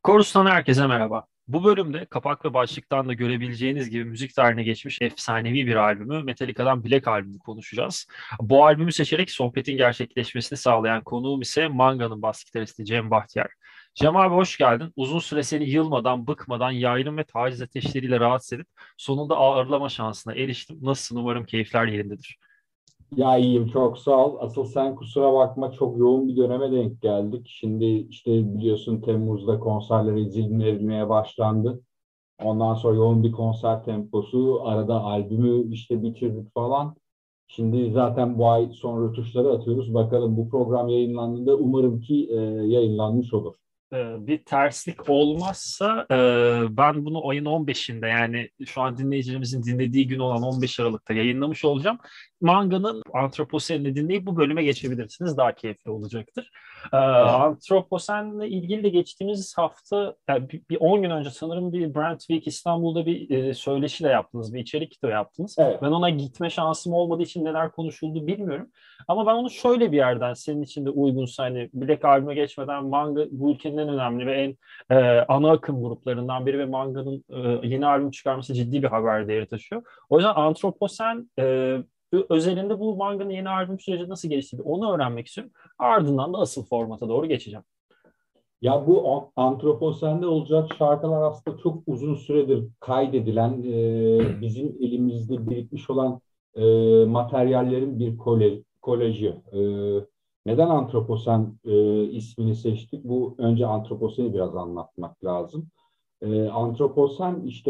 Korus'tan herkese merhaba. Bu bölümde kapak ve başlıktan da görebileceğiniz gibi müzik tarihine geçmiş efsanevi bir albümü Metallica'dan Black Album'u konuşacağız. Bu albümü seçerek sohbetin gerçekleşmesini sağlayan konuğum ise Manga'nın bas gitaristi Cem Bahtiyar. Cem abi hoş geldin. Uzun süre seni yılmadan, bıkmadan, yaylım ve taciz ateşleriyle rahatsız edip sonunda ağırlama şansına eriştim. Nasılsın? Umarım keyifler yerindedir. Ya iyiyim çok sağ ol. Asıl sen kusura bakma çok yoğun bir döneme denk geldik. Şimdi işte biliyorsun Temmuz'da konserlere izin verilmeye başlandı. Ondan sonra yoğun bir konser temposu. Arada albümü işte bitirdik falan. Şimdi zaten bu ay son rötuşları atıyoruz. Bakalım bu program yayınlandığında umarım ki yayınlanmış olur. Bir terslik olmazsa ben bunu ayın 15'inde yani şu an dinleyicilerimizin dinlediği gün olan 15 Aralık'ta yayınlamış olacağım. Manga'nın Antroposen'ini dinleyip bu bölüme geçebilirsiniz. Daha keyifli olacaktır. Tamam. Antroposen'le ilgili de geçtiğimiz hafta yani bir 10 gün önce sanırım bir Brand Week İstanbul'da bir söyleşi de yaptınız. Bir içerik de yaptınız. Evet. Ben ona gitme şansım olmadığı için neler konuşuldu bilmiyorum. Ama ben onu şöyle bir yerden senin için de uygunsa hani Black albüme geçmeden manga bu ülkenin en önemli ve en ana akım gruplarından biri ve manganın yeni albüm çıkarması ciddi bir haber değeri taşıyor. O yüzden Antroposen özelinde bu manganın yeni albüm süreci nasıl gelişti onu öğrenmek istiyorum. Ardından da asıl formata doğru geçeceğim. Ya bu antroposende olacak şarkılar aslında çok uzun süredir kaydedilen, bizim elimizde birikmiş olan materyallerin bir kolajı. Neden antroposen ismini seçtik? Bu önce antroposeni biraz anlatmak lazım. Antroposen işte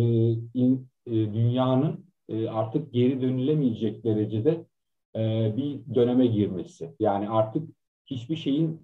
dünyanın artık geri dönülemeyecek derecede bir döneme girmesi. Yani artık hiçbir şeyin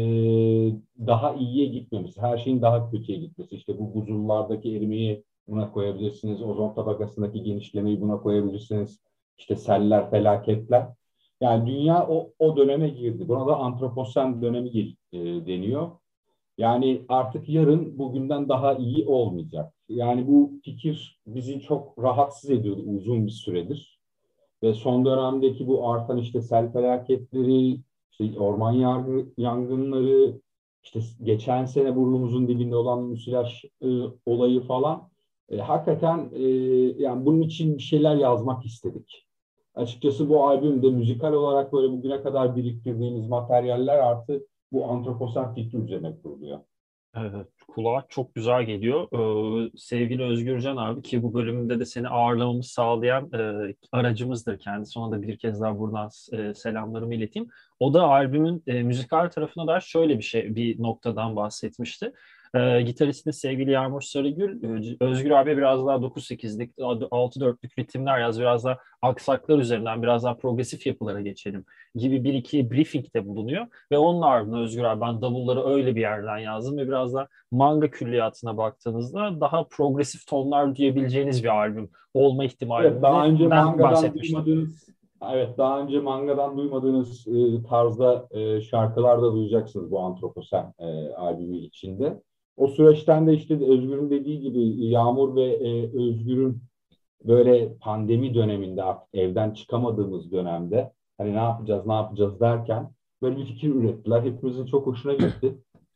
daha iyiye gitmemesi, her şeyin daha kötüye gitmesi. İşte bu buzullardaki erimeyi buna koyabilirsiniz, ozon tabakasındaki genişlemeyi buna koyabilirsiniz. İşte seller, felaketler. Yani dünya o döneme girdi. Buna da antroposen dönemi deniyor. Yani artık yarın bugünden daha iyi olmayacak. Yani bu fikir bizi çok rahatsız ediyordu uzun bir süredir. Ve son dönemdeki bu artan işte sel felaketleri, işte orman yangınları, işte geçen sene burnumuzun dibinde olan müsilaj olayı falan hakikaten yani bunun için bir şeyler yazmak istedik. Açıkçası bu albümde müzikal olarak böyle bugüne kadar biriktirdiğimiz materyaller artı bu antroposen fikri üzerine kuruluyor. Evet, kulağa çok güzel geliyor. Sevgili Özgürcan abi ki bu bölümde de seni ağırlamamızı sağlayan aracımızdır kendisi. Ona da bir kez daha buradan selamlarımı ileteyim. O da albümün müzikal tarafına da şöyle bir noktadan bahsetmişti. Gitaristimiz sevgili Yağmur Sarıgül, Özgür abi biraz daha 9/8'lik, 6/4'lük ritimler yaz, biraz daha aksaklar üzerinden biraz daha progresif yapılara geçelim gibi bir iki briefingde bulunuyor. Ve onun ardından Özgür abi ben davulları öyle bir yerden yazdım ve biraz da manga külliyatına baktığınızda daha progresif tonlar duyabileceğiniz bir albüm olma Evet, daha önce ihtimalinden mangadan bahsetmişti. duymadığınız evet daha önce mangadan duymadığınız tarzda şarkılar da duyacaksınız bu Antroposen albümü içinde. O süreçten de işte Özgür'ün dediği gibi Yağmur ve Özgür'ün böyle pandemi döneminde artık evden çıkamadığımız dönemde hani ne yapacağız derken böyle bir fikir ürettiler. Hepimizin çok hoşuna gitti.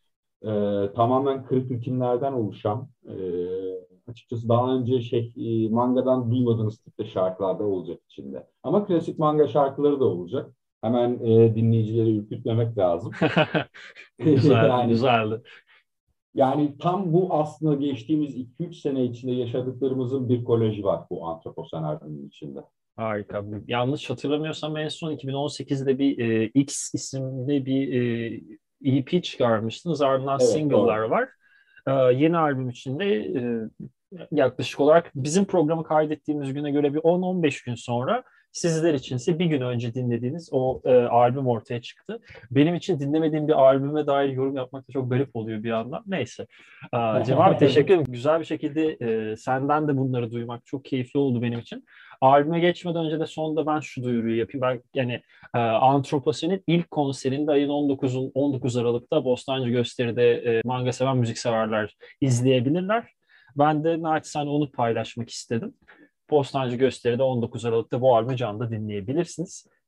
Tamamen kırık ritimlerden oluşan açıkçası daha önce mangadan duymadığınız tipte şarkılar da olacak içinde. Ama klasik manga şarkıları da olacak. Hemen dinleyicileri ürkütmemek lazım. Güzel, Yani güzeldi. yani tam bu aslında geçtiğimiz 2-3 sene içinde yaşadıklarımızın bir kolajı var bu Antroposen albümünün içinde. Harika. Yanlış hatırlamıyorsam en son 2018'de bir X isimli bir EP çıkarmıştınız. Ardından Evet, single'lar doğru. var. Yeni albüm içinde yaklaşık olarak bizim programı kaydettiğimiz güne göre bir 10-15 gün sonra sizler içinse bir gün önce dinlediğiniz o albüm ortaya çıktı. Benim için dinlemediğim bir albüme dair yorum yapmak da çok garip oluyor bir yandan. Neyse. Cem abi teşekkür Evet. ederim. Güzel bir şekilde senden de bunları duymak çok keyifli oldu benim için. Albüme geçmeden önce de sonunda ben şu duyuruyu yapayım. Ben yani Antroposen'in ilk konserinde ayın 19 Aralık'ta Bostancı Gösteri'de manga seven müzikseverler izleyebilirler. Ben de naçizane onu paylaşmak istedim. Bostancı Gösteri'de 19 Aralık'ta bu albümü canlı dinleyebilirsiniz.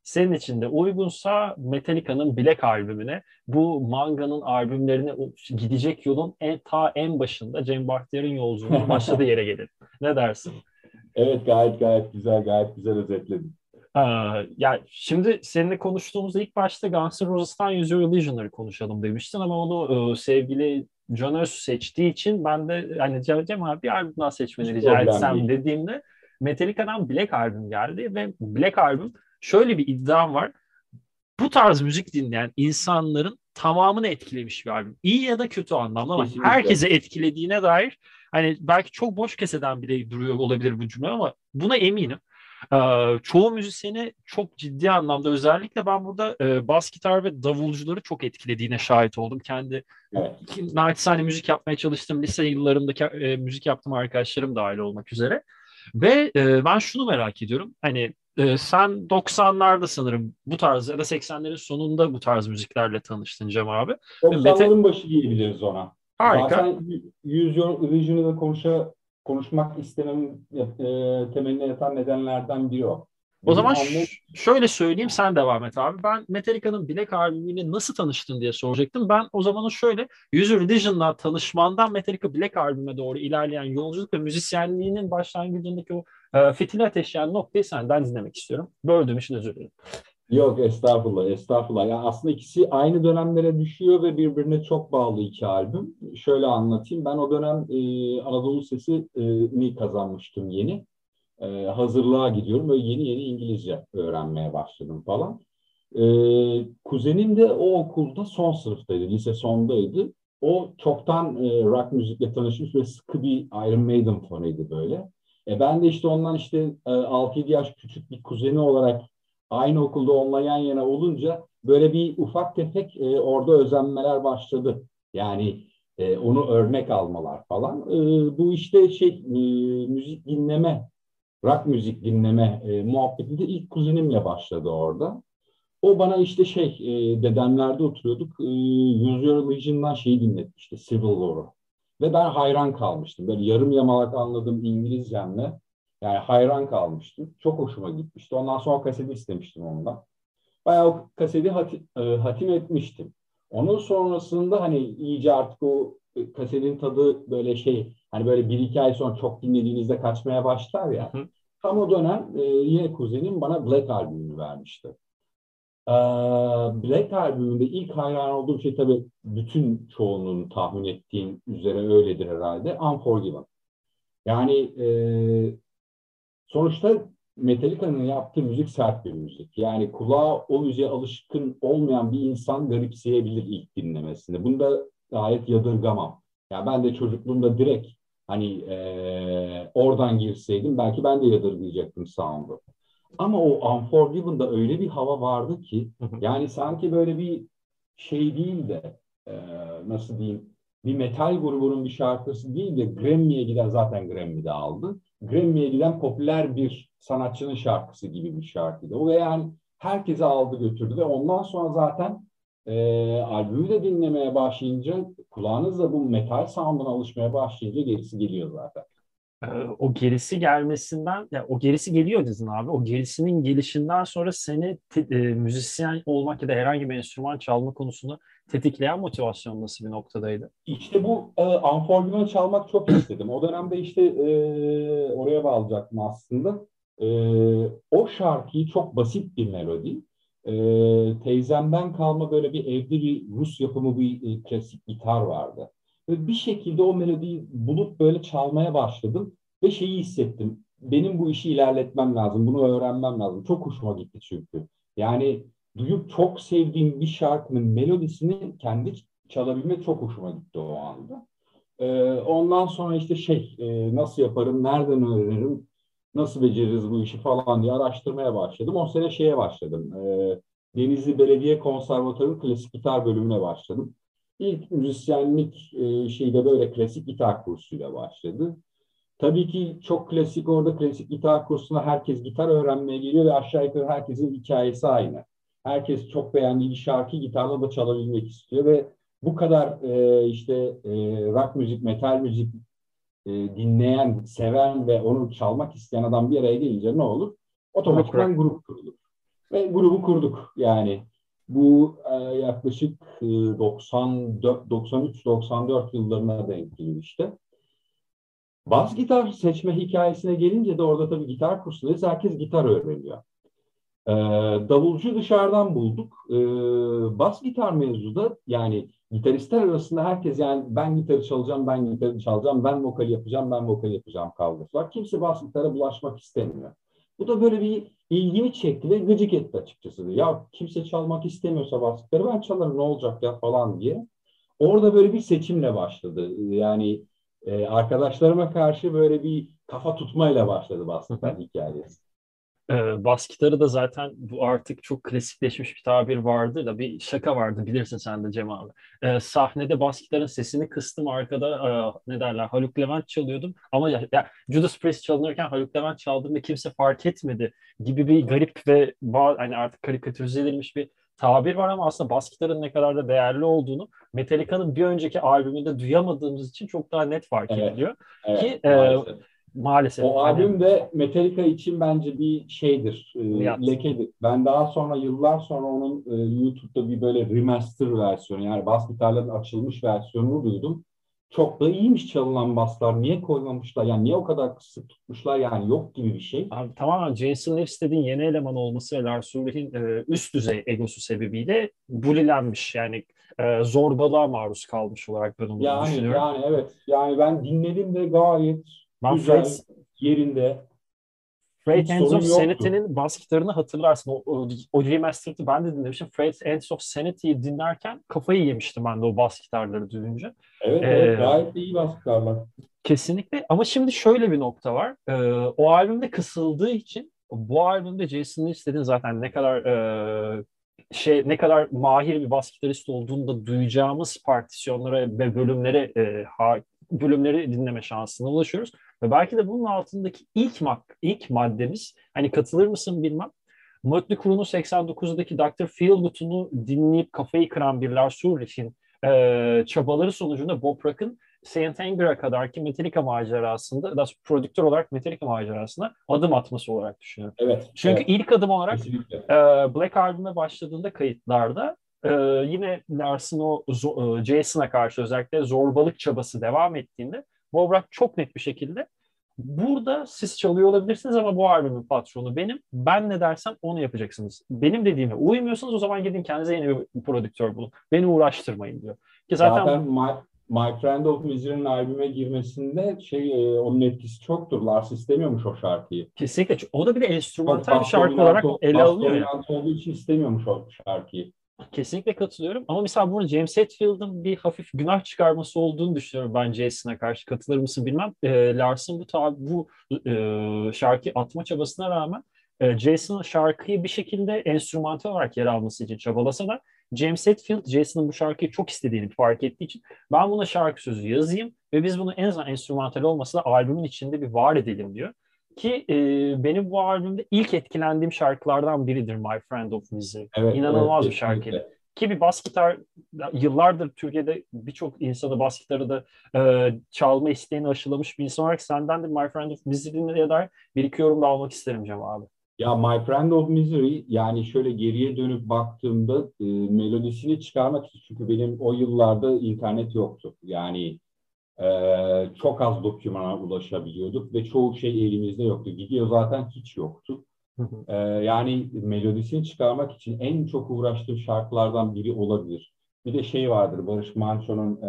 senin için de uygunsa Metallica'nın Black albümüne, bu Manga'nın albümlerine gidecek yolun en başında Cem Bahtiyar'ın yolculuğunun başladığı yere gelir. Ne dersin? Evet, gayet güzel, gayet güzel özetledin. Ya şimdi seninle konuştuğumuzda ilk başta Guns N' Roses'tan Use Your Illusion'ları konuşalım demiştin ama onu sevgili Can Öz seçtiği için ben de hani Cem abi bir albüm daha seçmeni Hiç rica problem etsem değil. dediğimde Metallica'dan Black albüm geldi ve Black albüm, şöyle bir iddiam var. Bu tarz müzik dinleyen insanların tamamını etkilemiş bir albüm. İyi ya da kötü anlamda ama Kesinlikle. herkese etkilediğine dair, hani belki çok boş keseden bile duruyor olabilir bu cümle ama buna eminim. Çoğu müzisyeni çok ciddi anlamda, özellikle ben burada bas gitar ve davulcuları çok etkilediğine şahit oldum. Kendi Evet. naçizane müzik yapmaya çalıştığım lise yıllarımdaki müzik yaptığım arkadaşlarım dahil olmak üzere. Ve ben şunu merak ediyorum. Hani sen 90'larda sanırım bu tarz ya da 80'lerin sonunda bu tarz müziklerle tanıştın Cem abi. Ve 90'ların başı diyebiliriz ona. harika. Zaten Use Your Illusion'ı konuşmak istememin temeline yatan nedenlerden biri o. O Benim zaman annem şöyle söyleyeyim, sen devam et abi. Ben Metallica'nın Black albümüyle nasıl tanıştın diye soracaktım. Ben o zamanı şöyle, User Illusion'la tanışmandan Metallica Black albüme doğru ilerleyen yolculuk ve müzisyenliğinin başlangıcındaki o fitili ateşleyen noktayı senden dinlemek istiyorum. Böldüğüm için özür dilerim. Yok, estağfurullah, estağfurullah. Yani aslında ikisi aynı dönemlere düşüyor ve birbirine çok bağlı iki albüm. Şöyle anlatayım. Ben o dönem Anadolu Sesi'ni kazanmıştım yeni. Hazırlığa gidiyorum. Böyle yeni yeni İngilizce öğrenmeye başladım falan. Kuzenim de o okulda son sınıftaydı, lise sondaydı. O çoktan rock müzikle tanışmış ve sıkı bir Iron Maiden fanıydı böyle. Ben de işte ondan işte 6-7 yaş küçük bir kuzeni olarak aynı okulda onunla yan yana olunca böyle bir ufak tefek orada özenmeler başladı. Yani onu örnek almalar falan. Bu işte müzik dinleme, rock müzik dinleme muhabbeti de ilk kuzenimle başladı orada. O bana işte dedemlerde oturuyorduk. Use Your Religion'dan şeyi dinletmişti, Civil War'u. Ve ben hayran kalmıştım. Böyle yarım yamalak anladığım İngilizcemle. Yani hayran kalmıştım. Çok hoşuma gitmişti. Ondan sonra kaseti istemiştim ondan. Bayağı o kaseti hatim etmiştim. Onun sonrasında hani iyice artık o kasetin tadı böyle hani böyle bir iki ay sonra çok dinlediğinizde kaçmaya başlar ya. Tam o dönem yine kuzenim bana Black albümünü vermişti. Ee, Black albümünde ilk hayran olduğum şey tabii bütün çoğunluğun tahmin ettiğim üzere öyledir herhalde. Unforgiven. Yani sonuçta Metallica'nın yaptığı müzik sert bir müzik. Yani kulağa o müziğe alışkın olmayan bir insan garipseyebilir ilk dinlemesinde. Bunu da gayet yadırgamam. Ya ben de çocukluğumda direkt hani oradan girseydim belki ben de yadırgayacaktım sound'u. Ama o Unforgiven'da öyle bir hava vardı ki yani sanki böyle bir şey değil de e, nasıl diyeyim, bir metal grubunun bir şarkısı değil de Grammy'ye giden, zaten Grammy'de aldı. Grammy'ye giden popüler bir sanatçının şarkısı gibi bir şarkıydı. O ve yani herkese aldı götürdü ve ondan sonra zaten albümü de dinlemeye başlayınca kulağınız da bu metal sound'una alışmaya başlayınca gerisi geliyor zaten. O gerisi gelmesinden, ya o gerisi geliyor dedin abi. O gerisinin gelişinden sonra seni müzisyen olmak ya da herhangi bir enstrüman çalma konusunda tetikleyen motivasyon nasıl bir noktadaydı? İşte bu Unforgiven'ı çalmak çok istedim. O dönemde işte oraya bağlayacaktım aslında. E, O şarkıyı, çok basit bir melodi. Teyzemden kalma böyle bir evde bir Rus yapımı bir klasik gitar vardı. Ve bir şekilde o melodiyi bulup böyle çalmaya başladım. Ve şeyi hissettim. Benim bu işi ilerletmem lazım. Bunu öğrenmem lazım. Çok hoşuma gitti çünkü. Yani duyup çok sevdiğim bir şarkının melodisini kendi çalabilmek çok hoşuma gitti o anda. Ondan sonra işte nasıl yaparım, nereden öğrenirim, nasıl beceririz bu işi falan diye araştırmaya başladım. O sene şeye başladım. Denizli Belediye Konservatuarı klasik gitar bölümüne başladım. İlk müzisyenlik şeyde böyle klasik gitar kursuyla başladı. Tabii ki çok klasik, orada klasik gitar kursuna herkes gitar öğrenmeye geliyor ve aşağı yukarı herkesin hikayesi aynı. Herkes çok beğendiği bir şarkı gitarla da çalabilmek istiyor ve bu kadar rock müzik, metal müzik dinleyen, seven ve onu çalmak isteyen adam bir araya gelince ne olur? Grup kurar. Otomatikman grup kurulur. Ve grubu kurduk. Yani bu yaklaşık 94, 93-94 yıllarına denk geliyor işte. Bas gitar seçme hikayesine gelince de orada tabii gitar kursundayız. Herkes gitar öğreniyor. Ee, Davulcu dışarıdan bulduk. Bas gitar mevzu da yani gitaristler arasında herkes yani ben gitarı çalacağım, ben gitarı çalacağım, ben vokal yapacağım, ben vokal yapacağım kavgası var. Kimse bas gitara bulaşmak istemiyor. Bu da böyle bir ilgimi çekti ve gıcık etti açıkçası. Ya kimse çalmak istemiyorsa bas gitarı ben çalarım ne olacak ya falan diye. Orada böyle bir seçimle başladı. Yani arkadaşlarıma karşı böyle bir kafa tutmayla başladı bas gitar hikayesi. Bas gitarı da zaten bu artık çok klasikleşmiş bir tabir vardır da bir şaka vardı bilirsin sen de Cem abi. Sahnede bas gitarın sesini kıstım arkada ne derler Haluk Levent çalıyordum ama ya Judas Priest çalınırken Haluk Levent çaldığımda kimse fark etmedi gibi bir garip ve hani artık karikatürize edilmiş bir tabir var ama aslında bas gitarın ne kadar da değerli olduğunu Metallica'nın bir önceki albümünde duyamadığımız için çok daha net fark Evet, ediliyor evet ki maalesef. maalesef O hani albüm de Metallica için bence bir şeydir, Nihat. lekedir. Ben daha sonra yıllar sonra onun YouTube'da bir böyle remaster versiyonu yani bas gitarların açılmış versiyonunu duydum. Çok da iyiymiş çalınan baslar. Niye koymamışlar? Yani niye o kadar kısık tutmuşlar? Yani yok gibi bir şey. Abi, tamamen Jason Newsted'in yeni eleman olması ve Lars Ulrich'in üst düzey egosu sebebiyle bulilenmiş. Yani zorbalığa maruz kalmış olarak ben onu düşünüyorum. Yani evet. Yani ben dinledim de gayet Ben güzel, yerinde. Freight Hiç Ends sorun of yoktu. Sanity'nin bas gitarını hatırlarsın. O remastered'ı ben de dinlemişim. Freight Ends of Sanity'yi dinlerken kafayı yemiştim ben de o bas gitarları duyunca. Evet evet E, gayet de iyi bas gitarlar. Kesinlikle. Ama şimdi şöyle bir nokta var. O albümde kısıldığı için bu albümde Jason Newsted'in zaten ne kadar ne kadar mahir bir bas gitarist olduğunu da duyacağımız partisyonlara ve bölümleri dinleme şansına ulaşıyoruz. Ve belki de bunun altındaki ilk maddemiz hani katılır mısın bilmem. Mötley Crüe'nun 89'daki Dr. Feelgood'unu dinleyip kafayı kıran bir Lars Ulrich'in çabaları sonucunda Bob Rock'ın Saint Anger'a kadarki Metallica macerasında, daha doğrusu prodüktör olarak Metallica macerasına adım atması olarak düşünüyorum. Evet, Çünkü evet. ilk adım olarak Kesinlikle. Black Album'e başladığında kayıtlarda yine Lars'ın Jason'a karşı özellikle zorbalık çabası devam ettiğinde Bob Rock çok net bir şekilde burada siz çalıyor olabilirsiniz ama bu albümün patronu benim. Ben ne dersem onu yapacaksınız. Benim dediğime uymuyorsanız o zaman gidin kendinize yeni bir prodüktör bulun. Beni uğraştırmayın diyor. Ki zaten Zaten My Friend of Misery'nin albüme girmesinde onun etkisi çoktur. Lars istemiyormuş o şarkıyı. kesinlikle o da bir de Çok enstrümantal bir şarkı olarak ele bas alınıyor ya. dominant olduğu için istemiyormuş o şarkıyı. Kesinlikle katılıyorum. Ama mesela burada James Hetfield'ın bir hafif günah çıkarması olduğunu düşünüyorum ben Jason'a karşı. Katılır mısın bilmem. Lars'ın bu şarkıyı atma çabasına rağmen Jason'ın şarkıyı bir şekilde enstrümantal olarak yer alması için çabalasa da James Hetfield Jason'ın bu şarkıyı çok istediğini fark ettiği için ben buna şarkı sözü yazayım ve biz bunu en azından enstrümantal olmasa da albümün içinde bir var edelim diyor. Ki benim bu albümde ilk etkilendiğim şarkılardan biridir My Friend of Misery. Evet, evet İnanılmaz bir şarkıydı. kesinlikle. Ki bir bas gitar yıllardır Türkiye'de birçok insanı bas gitarı da çalma isteğini aşılamış bir insan olarak senden de My Friend of Misery'ne dair bir iki yorum da almak isterim Cem abi. Ya My Friend of Misery yani şöyle geriye dönüp baktığımda melodisini çıkarmak için çünkü benim o yıllarda internet yoktu. Yani çok az dokümana ulaşabiliyorduk ve çoğu şey elimizde yoktu. Video zaten hiç yoktu. Yani melodisini çıkarmak için en çok uğraştığım şarkılardan biri olabilir. Bir de şey vardır Barış Manço'nun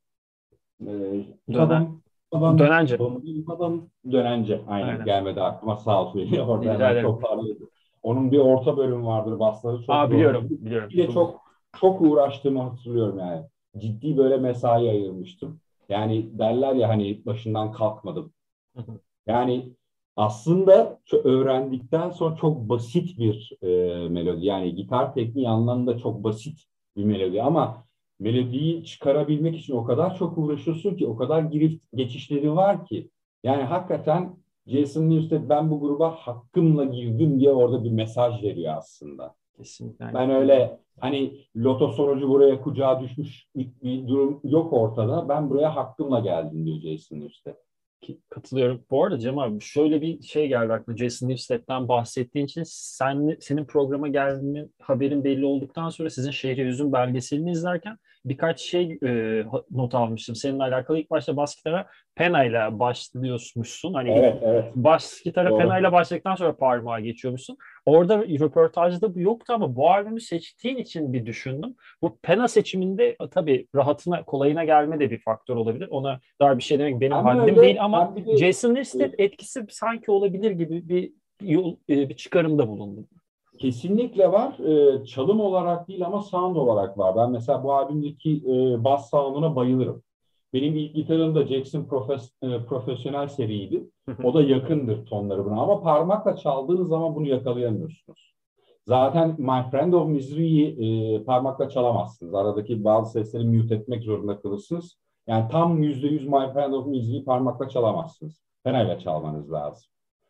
Dönen, babam babam dönence. babam babam dönence aynen Aynen. gelmedi aklıma sağ olsun orada Rica hemen ederim. toparladım. Onun bir orta bölümü vardır basları çok Aa zordur. biliyorum, biliyorum. Bir de çok uğraştığımı hatırlıyorum yani. Ciddi böyle mesai ayırmıştım. Yani derler ya hani başından kalkmadım. Yani aslında öğrendikten sonra çok basit bir melodi. Yani gitar tekniği anlamında çok basit bir melodi ama melodiyi çıkarabilmek için o kadar çok uğraşıyorsun ki o kadar girift geçişleri var ki. Yani hakikaten Jason Newsted ben bu gruba hakkımla girdim diye orada bir mesaj veriyor aslında. Kesinlikle aynı Ben fikirdeyim. öyle hani loto sonucu buraya kucağa düşmüş bir durum yok ortada. Ben buraya hakkımla geldim diyor Jason Newsted. Katılıyorum. Bu arada Cem abi şöyle bir şey geldi aklıma. Jason Newsted'den bahsettiğin için senin programa geldiğinin haberin belli olduktan sonra sizin Şehri Hüzün belgeselini izlerken birkaç şey not almıştım. Seninle alakalı ilk başta bas gitara Pena ile başlıyormuşsun. Hani ilk Evet, evet. bas gitara Pena Doğru. ile başladıktan sonra parmağa geçiyormuşsun. Orada röportajda bu yoktu ama bu albümü seçtiğin için bir düşündüm. Bu Pena seçiminde tabii rahatına, kolayına gelme de bir faktör olabilir. Ona dair bir şey demek benim Hem haddim değil öyle ama hem bir de Jason Newsted etkisi sanki olabilir gibi bir bir çıkarımda bulundum. kesinlikle var. Çalım olarak değil ama sound olarak var. Ben mesela bu albümdeki bass sound'una bayılırım. Benim ilk gitarım da Jackson profesyonel seriydi. O da yakındır tonları buna ama parmakla çaldığınız zaman bunu yakalayamıyorsunuz. Zaten My Friend of Misery'yi parmakla çalamazsınız. Aradaki bazı sesleri mute etmek zorunda kalırsınız. Yani tam %100 My Friend of Misery'yi parmakla çalamazsınız. Penayla çalmanız lazım.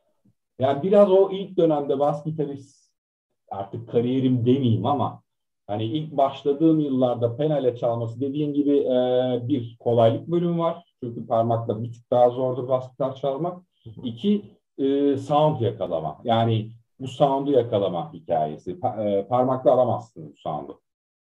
Yani biraz o ilk dönemde bas gitarist, artık kariyerim demeyeyim ama hani ilk başladığım yıllarda penale çalması dediğin gibi bir kolaylık bölümü var. Çünkü parmakla bir tık daha zordur bas gitar çalmak. İki, sound yakalama. Yani bu sound'u yakalama hikayesi. Parmakla alamazsın bu sound'u.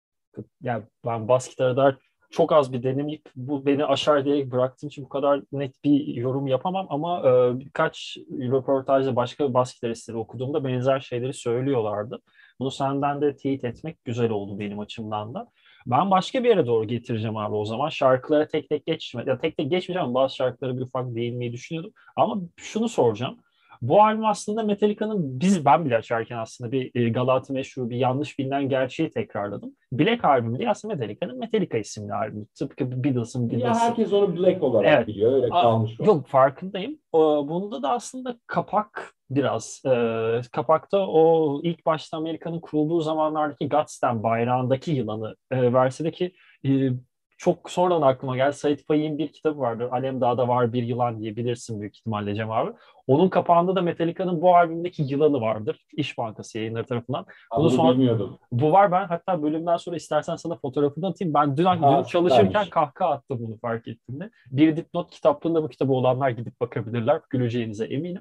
Yani ben bas gitarı da çok az bir deneyip bu beni aşar diyerek bıraktığım için bu kadar net bir yorum yapamam ama birkaç röportajda başka bas gitaristleri okuduğumda benzer şeyleri söylüyorlardı. Bunu senden de teyit etmek güzel oldu benim açımdan da. Ben başka bir yere doğru getireceğim abi o zaman. Şarkılara tek tek geçme. Ya tek tek geçmeyeceğim ama bazı şarkılara bir ufak değinmeyi düşünüyordum. Ama şunu soracağım. Bu albüm aslında Metallica'nın ben bile açarken aslında bir Galata meşhur bir yanlış bilinen gerçeği tekrarladım. Black albümü değil aslında Metallica'nın Metallica isimli albümü. Tıpkı Beatles'ın Ya Beatles'ı. herkes onu Black olarak Evet. biliyor. Öyle kalmış o. Yok farkındayım. Bunda da aslında kapak biraz. Kapakta o ilk başta Amerika'nın kurulduğu zamanlardaki Godsend bayrağındaki yılanı verse de ki e, çok sonradan aklıma geldi. Sait Faik'in bir kitabı vardır. Alemdağ'da var bir yılan diye bilirsin büyük ihtimalle Cem abi. Onun kapağında da Metallica'nın bu albümdeki yılanı vardır. İş Bankası yayınları tarafından. Ha, Bunu bunu sonra bilmiyordum. bu var ben hatta bölümden sonra istersen sana fotoğrafını atayım. Ben dün Ha, çalışırken süpermiş. kahkaha attım bunu fark ettiğimde. Bir dipnot kitaplığında bu kitabı olanlar gidip bakabilirler. Güleceğinize eminim.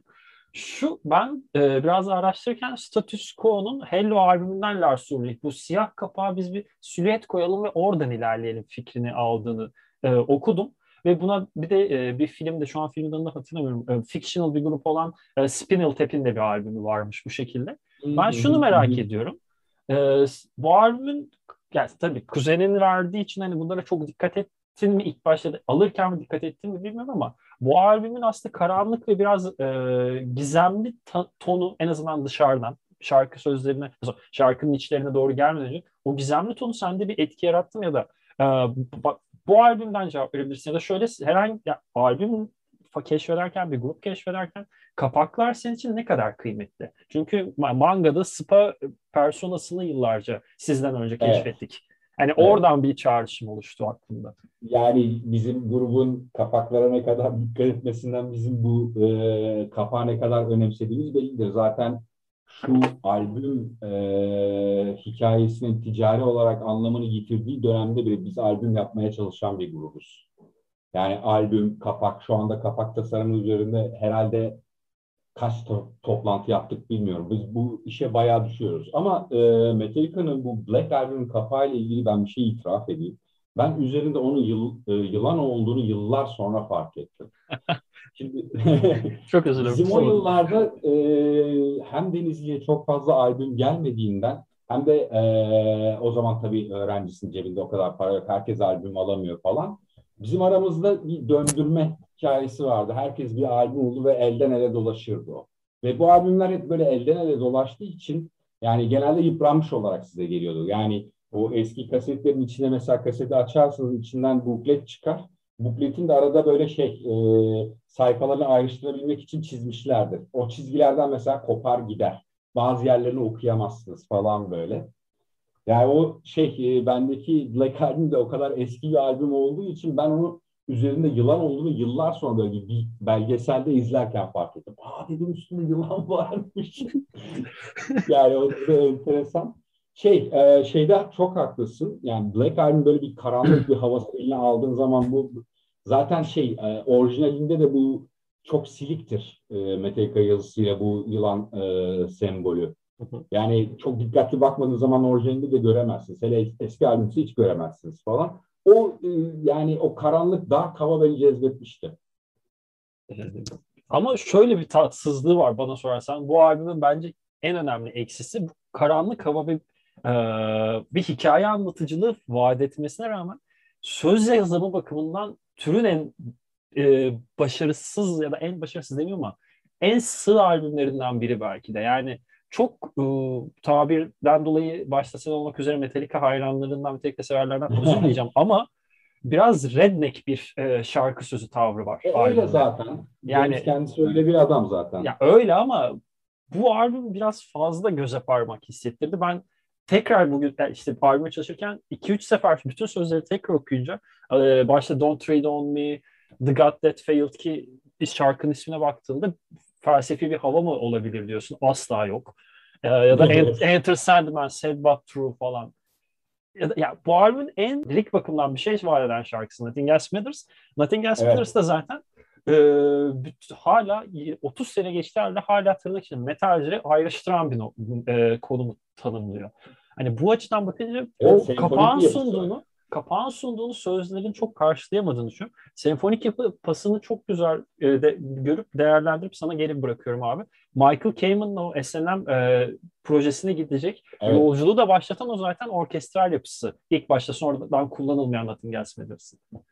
Şu ben biraz araştırırken Status Quo'nun Hello albümünden Lars Ulrich bu siyah kapağa biz bir silüet koyalım ve oradan ilerleyelim fikrini aldığını okudum. Ve buna bir de bir filmde şu an filmin adını hatırlamıyorum. Fictional bir grup olan Spinal Tap'in de bir albümü varmış bu şekilde. Hı Ben hı şunu hı merak hı. ediyorum. Bu albümün yani tabii kuzenin verdiği için hani bunlara çok dikkat ettin mi ilk başta alırken mi dikkat ettin mi bilmiyorum ama bu albümün aslında karanlık ve biraz gizemli tonu en azından dışarıdan şarkı sözlerine şarkının içlerine doğru gelmeden önce o gizemli tonu sende bir etki yarattı mı ya da bu albümden cevap verebilirsin ya da şöyle herhangi ya, albüm keşfederken bir grup keşfederken kapaklar senin için ne kadar kıymetli? Çünkü mangada Spa personasını yıllarca sizden önce Evet, keşfettik. Hani evet. oradan bir çağrışım oluştu aklımda. Yani bizim grubun kapaklara ne kadar dikkat etmesinden bizim bu kapağı ne kadar önemsediğimiz bellidir. Zaten şu albüm hikayesinin ticari olarak anlamını yitirdiği dönemde bile biz albüm yapmaya çalışan bir grubuz. Yani albüm, kapak, şu anda kapak tasarımı üzerinde herhalde kaç toplantı yaptık bilmiyorum. Biz bu işe bayağı düşüyoruz. Ama Metallica'nın bu Black Album kapağıyla ilgili ben bir şey itiraf edeyim. Ben üzerinde onun yılan olduğunu yıllar sonra fark ettim. Şimdi Çok özür dilerim. bizim o Kusura bakma. yıllarda hem Denizli'ye çok fazla albüm gelmediğinden hem de o zaman tabii öğrencisin, cebinde o kadar para yok. Herkes albüm alamıyor falan. Bizim aramızda bir döndürme hikayesi vardı. Herkes bir albüm buldu ve elden ele dolaşırdı o. Ve bu albümler hep böyle elden ele dolaştığı için yani genelde yıpranmış olarak size geliyordu. Yani o eski kasetlerin içine mesela kaseti açarsınız, içinden buklet çıkar. Bukletin de arada böyle sayfalarını ayrıştırabilmek için çizmişlerdir. O çizgilerden mesela kopar gider. Bazı yerlerini okuyamazsınız falan böyle. Yani o bendeki Black Album de o kadar eski bir albüm olduğu için ben onu üzerinde yılan olduğunu yıllar sonra böyle bir belgeselde izlerken fark ettim. Aa dedim, üstünde yılan varmış. Yani o da enteresan. Şeyde çok haklısın. Yani Black Album böyle bir karanlık bir havası eline aldığın zaman bu zaten orijinalinde de bu çok siliktir Metallica yazısıyla bu yılan sembolü. Yani çok dikkatli bakmadığınız zaman orijinalinde de göremezsiniz. Hele eski albümse hiç göremezsiniz falan. O yani o karanlık dark hava beni cezbetmişti. Ama şöyle bir tatsızlığı var bana sorarsan. Bu albümün bence en önemli eksisi bu karanlık hava ve bir hikaye anlatıcılığı vaat etmesine rağmen söz yazımı bakımından türün en başarısız ya da en başarısız demiyorum ama en sığ albümlerinden biri belki de. Yani çok tabirden dolayı başta sen olmak üzere Metallica hayranlarından, Metallica severlerden özür dileyeceğim ama biraz redneck bir şarkı sözü tavrı var Öyle albümde. zaten. James Yani kendisi öyle bir adam zaten. ya öyle ama bu albüm biraz fazla göze parmak hissettirdi. Ben tekrar bugün işte albüme çalışırken 2-3 sefer bütün sözleri tekrar okuyunca başta Don't Tread On Me, The God That Failed ki şarkının ismine baktığında felsefi bir hava mı olabilir diyorsun. Asla yok. Ya da Enter Sandman, Sad But True falan. Ya bu albümün en lirik bakımdan bir şey vaat eden şarkısı Nothing Else Matters. Nothing Else Evet. Matters da zaten e, hala 30 sene geçti halde hala tırnak içinde metalcileri ayrıştıran bir konumu tanımlıyor. Hani bu açıdan bakınca Evet, o senfonik bir yapısı var. kapağın sunduğunu sözlerin çok karşılayamadığını düşünüyorum. Senfonik yapısını çok güzel görüp değerlendirip sana geri bırakıyorum abi. Michael Kamen'ın o S&M projesine gidecek Evet. yolculuğu da başlatan o zaten orkestral yapısı. İlk başta sonradan kullanılmayan Nothing Else Matters.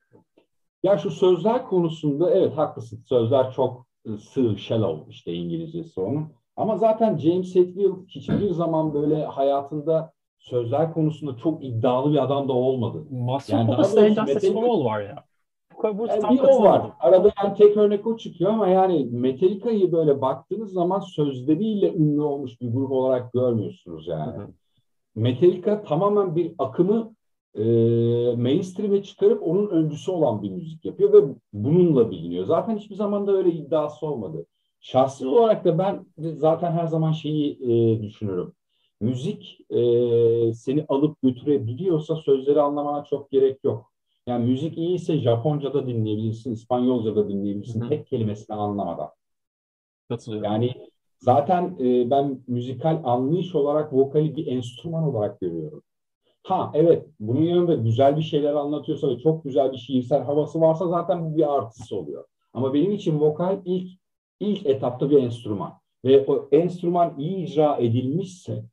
Ya şu sözler konusunda evet haklısın. Sözler çok sığ, shallow işte İngilizcesi onun. Ama zaten James Hetfield hiçbir zaman böyle hayatında sözler konusunda çok iddialı bir adam da olmadı. Master of Yani daha Puppets'ta And doğrusu Justice for Metallica All var ya. Burada yani tam bir o var. katılamadım. Arada yani tek örnek o çıkıyor ama yani Metallica'yı böyle baktığınız zaman sözleriyle ünlü olmuş bir grup olarak görmüyorsunuz Hı yani. hı. Metallica tamamen bir akımı mainstream'e çıkarıp onun öncüsü olan bir müzik yapıyor ve bununla biliniyor. Zaten hiçbir zaman da öyle iddiası olmadı. Şahsi olarak da ben zaten her zaman şeyi düşünürüm. Müzik seni alıp götürebiliyorsa sözleri anlamana çok gerek yok. Yani müzik iyiyse Japonca da dinleyebilirsin, İspanyolca da Hı dinleyebilirsin hı. tek kelimesini anlamadan. Katılıyorum. Yani zaten ben müzikal anlayış olarak vokali bir enstrüman olarak görüyorum. Ha evet bunun yanında güzel bir şeyler anlatıyorsa ve çok güzel bir şiirsel havası varsa zaten bu bir artısı oluyor. Ama benim için vokal ilk etapta bir enstrüman. Ve o enstrüman iyi icra edilmişse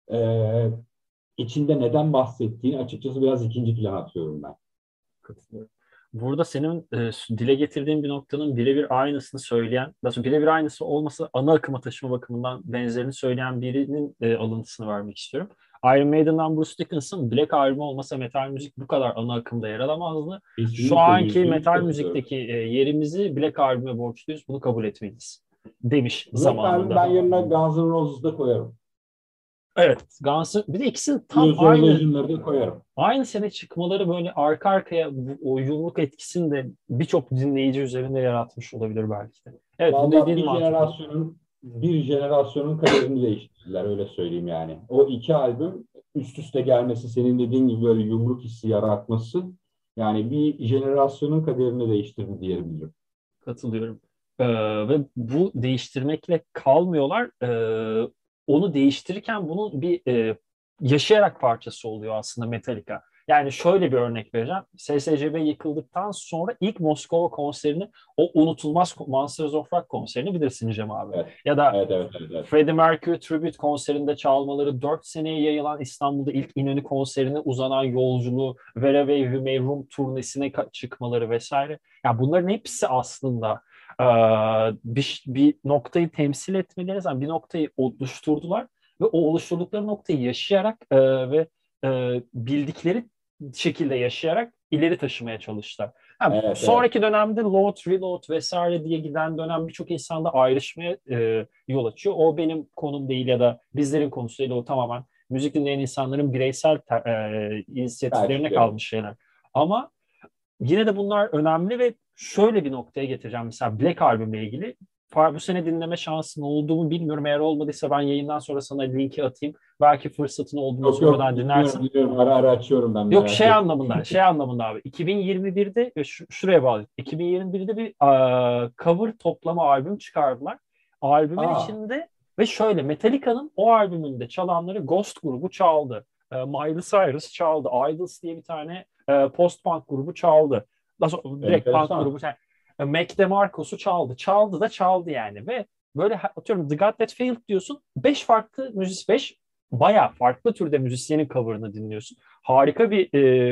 e, içinde neden bahsettiğini açıkçası biraz ikinci plana atıyorum ben. Katılıyorum. Burada senin dile getirdiğin bir noktanın birebir aynısını söyleyen, daha sonra birebir aynısı olmasa ana akıma taşıma bakımından benzerini söyleyen birinin alıntısını vermek istiyorum. Iron Maiden'dan Bruce Dickinson, Black Album olmasa metal müzik bu kadar ana akımda yer alamazdı. Şu Kesinlikle anki yüzde yüz metal katılıyorum. müzikteki yerimizi Black Album'e borçluyuz. Bunu kabul etmeliyiz. Demiş Black Album zamanında. ben yerine Guns N' Roses'da koyarım. Evet, Guns'ın bir de ikisi tam Use Your aynı Illusion'ları da koyarım. aynı sene çıkmaları böyle arka arkaya o yumruk etkisini de birçok dinleyici üzerinde yaratmış olabilir belki de. Evet bu Vallahi dediğin mantıklı. bir jenerasyonun kaderini değiştirdiler öyle söyleyeyim yani. O iki albüm üst üste gelmesi senin dediğin gibi böyle yumruk hissi yaratması yani bir jenerasyonun kaderini değiştirdi diyebilirim. Katılıyorum. Ve bu değiştirmekle kalmıyorlar. Onu değiştirirken bunun bir yaşayarak parçası oluyor aslında Metallica. Yani şöyle bir örnek vereceğim. SSCB yıkıldıktan sonra ilk Moskova konserini, o unutulmaz Monsters of Rock konserini bilirsin Cem abi. Evet. Ya da Evet, evet, evet, evet. Freddie Mercury Tribute konserinde çalmaları, 4 seneye yayılan İstanbul'da ilk İnönü konserine uzanan yolculuğu, Wherever You May Roam turnesine çıkmaları vesaire. Ya bunların hepsi aslında bir noktayı temsil etmeleri zaman bir noktayı oluşturdular ve o oluşturdukları noktayı yaşayarak ve bildikleri şekilde yaşayarak ileri taşımaya çalıştılar. Ha, Evet, evet. sonraki dönemde load, reload vesaire diye giden dönem birçok insanda ayrışmaya yol açıyor. O benim konum değil ya da bizlerin konusu değil. O tamamen müzik dinleyen insanların bireysel inisiyatiflerine Tercihleri. kalmış şeyler. Ama yine de bunlar önemli ve şöyle bir noktaya getireceğim. Mesela Black albümle ilgili. bu sene dinleme şansın olduğumu bilmiyorum. Eğer olmadıysa ben yayından sonra sana linki atayım. Belki fırsatın olduğunda Yok yok, sonradan dinliyorum dinlersin. dinliyorum. Ara ara açıyorum ben, Yok merak şey etme. anlamında, şey anlamında abi. 2021'de şuraya bağlı. 2021'de bir cover toplama albüm çıkardılar. Albümün Aa, içinde ve şöyle Metallica'nın o albümünde çalanları Ghost grubu çaldı. Miley Cyrus çaldı. Idols diye bir tane post-punk grubu çaldı. Daha sonra direkt punk grubu. enteresan. Yani, Mac DeMarco'su çaldı. Çaldı da çaldı yani ve böyle atıyorum The God That Failed diyorsun. 5 farklı beş bayağı farklı türde müzisyenin cover'ını dinliyorsun. Harika bir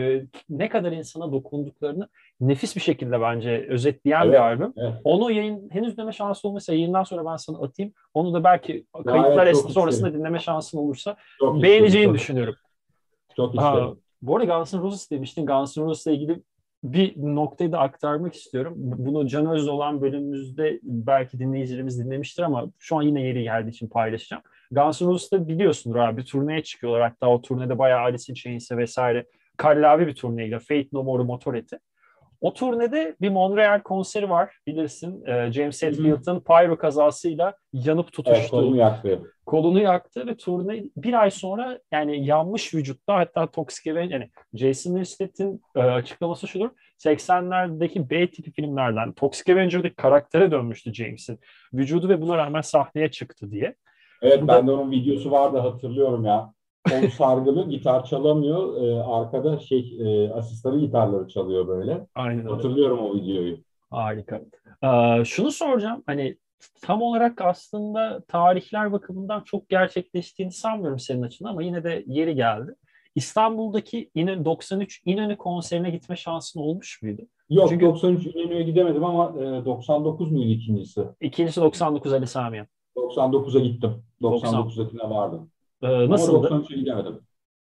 ne kadar insana dokunduklarını nefis bir şekilde bence özetleyen bir Evet, albüm. evet. Onu henüz dinleme şansı olmasa yayından sonra ben sana atayım. Onu da belki Ya, evet, kayıtlar çok sonrasında isterim. dinleme şansın olursa Çok isterim, beğeneceğini çok düşünüyorum. isterim. Çok Aa, isterim. bu arada Guns N' Roses demiştin. Guns N' Roses'la ilgili bir noktayı da aktarmak istiyorum. Bunu Can Öz olan bölümümüzde belki dinleyicilerimiz dinlemiştir ama şu an yine yeri geldiği için paylaşacağım. Guns N' Roses'ta biliyorsundur abi bir turneye çıkıyorlar. Hatta o turnede bayağı Alice in Chains'e vesaire kallavi bir turneyle Faith No More'u Motorhead'i. O turnede bir Montreal konseri var bilirsin. James Hı hı. Hetfield'ın pyro kazasıyla yanıp Evet, tutuştuğu, kolumu yaktı. kolunu yaktı ve turne bir ay sonra yani yanmış vücutta hatta Toxic Avenger yani Jason Newstet'in açıklaması şudur. 80'lerdeki B tipi filmlerden Toxic Avenger'daki karaktere dönmüştü James'in vücudu ve buna rağmen sahneye çıktı diye. Evet, Bu da bende onun videosu vardı, hatırlıyorum ya. Kol sargılı, gitar çalamıyor. Arkada asistanı gitarları çalıyor böyle. aynen öyle. Hatırlıyorum o videoyu. Harika. Şunu soracağım. Hani tam olarak aslında tarihler bakımından çok gerçekleştiğini sanmıyorum senin açından ama yine de yeri geldi. İstanbul'daki 93 İnönü konserine gitme şansın olmuş muydu? Yok, Çünkü 93 İnönü'ye gidemedim ama 99 muydu ikincisi? ikincisi 99 Ali Sami. 99'a gittim. 90. 99'dakine vardım. Ama Nasıldı? 93'e gidemedim.